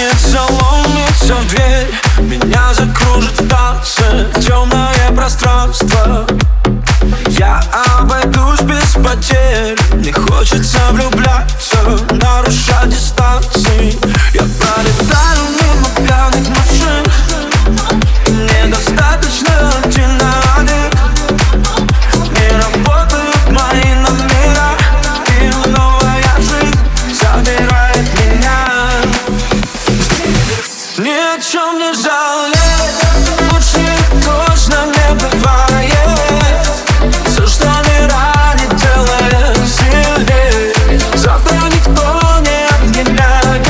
Останется ломиться в дверь, меня закружит в танце темное пространство. Я обойдусь без потерь, мне хочется влюбляться, нарушать дистанции. Я пролетаю мимо пьяных машин, мне достаточно один на один. Не работают мои номера, и новая жизнь забирает меня. Ни о чем не жалеть, лучше точно не бывает. Все, что не ранит, делает сильнее. Завтра никто не отменяет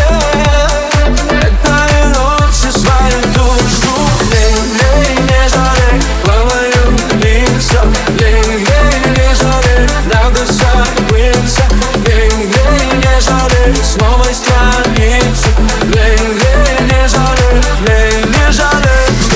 этой ночи свою душу. Лей, не жалей, плаваю лица. Лей, не жалей, надо забыться. Лей, не жалей, с новой страницы. Лей, не жалей, не жалей.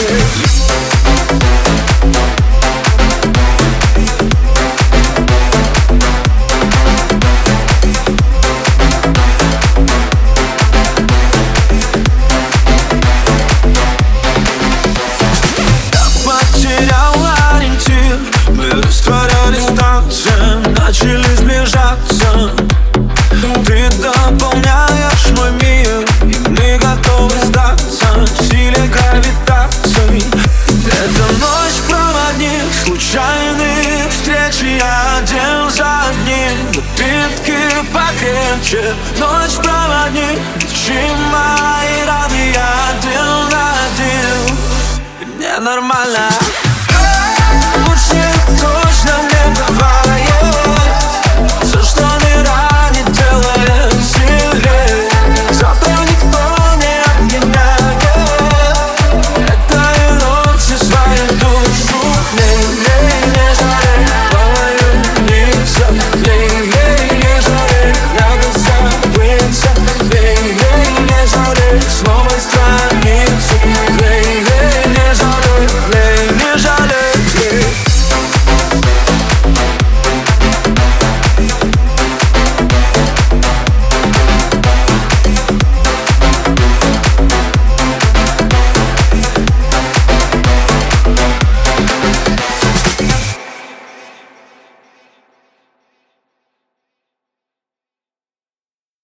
Растворялись в танце, начали сближаться. Ты дополняешь мой мир, и мы готовы сдаться в силе гравитации. Это ночь проводник, случайные встречи один за одним. Напитки покрепче, ночь проводник, ночи мои раны, я один на один. И мне нормально.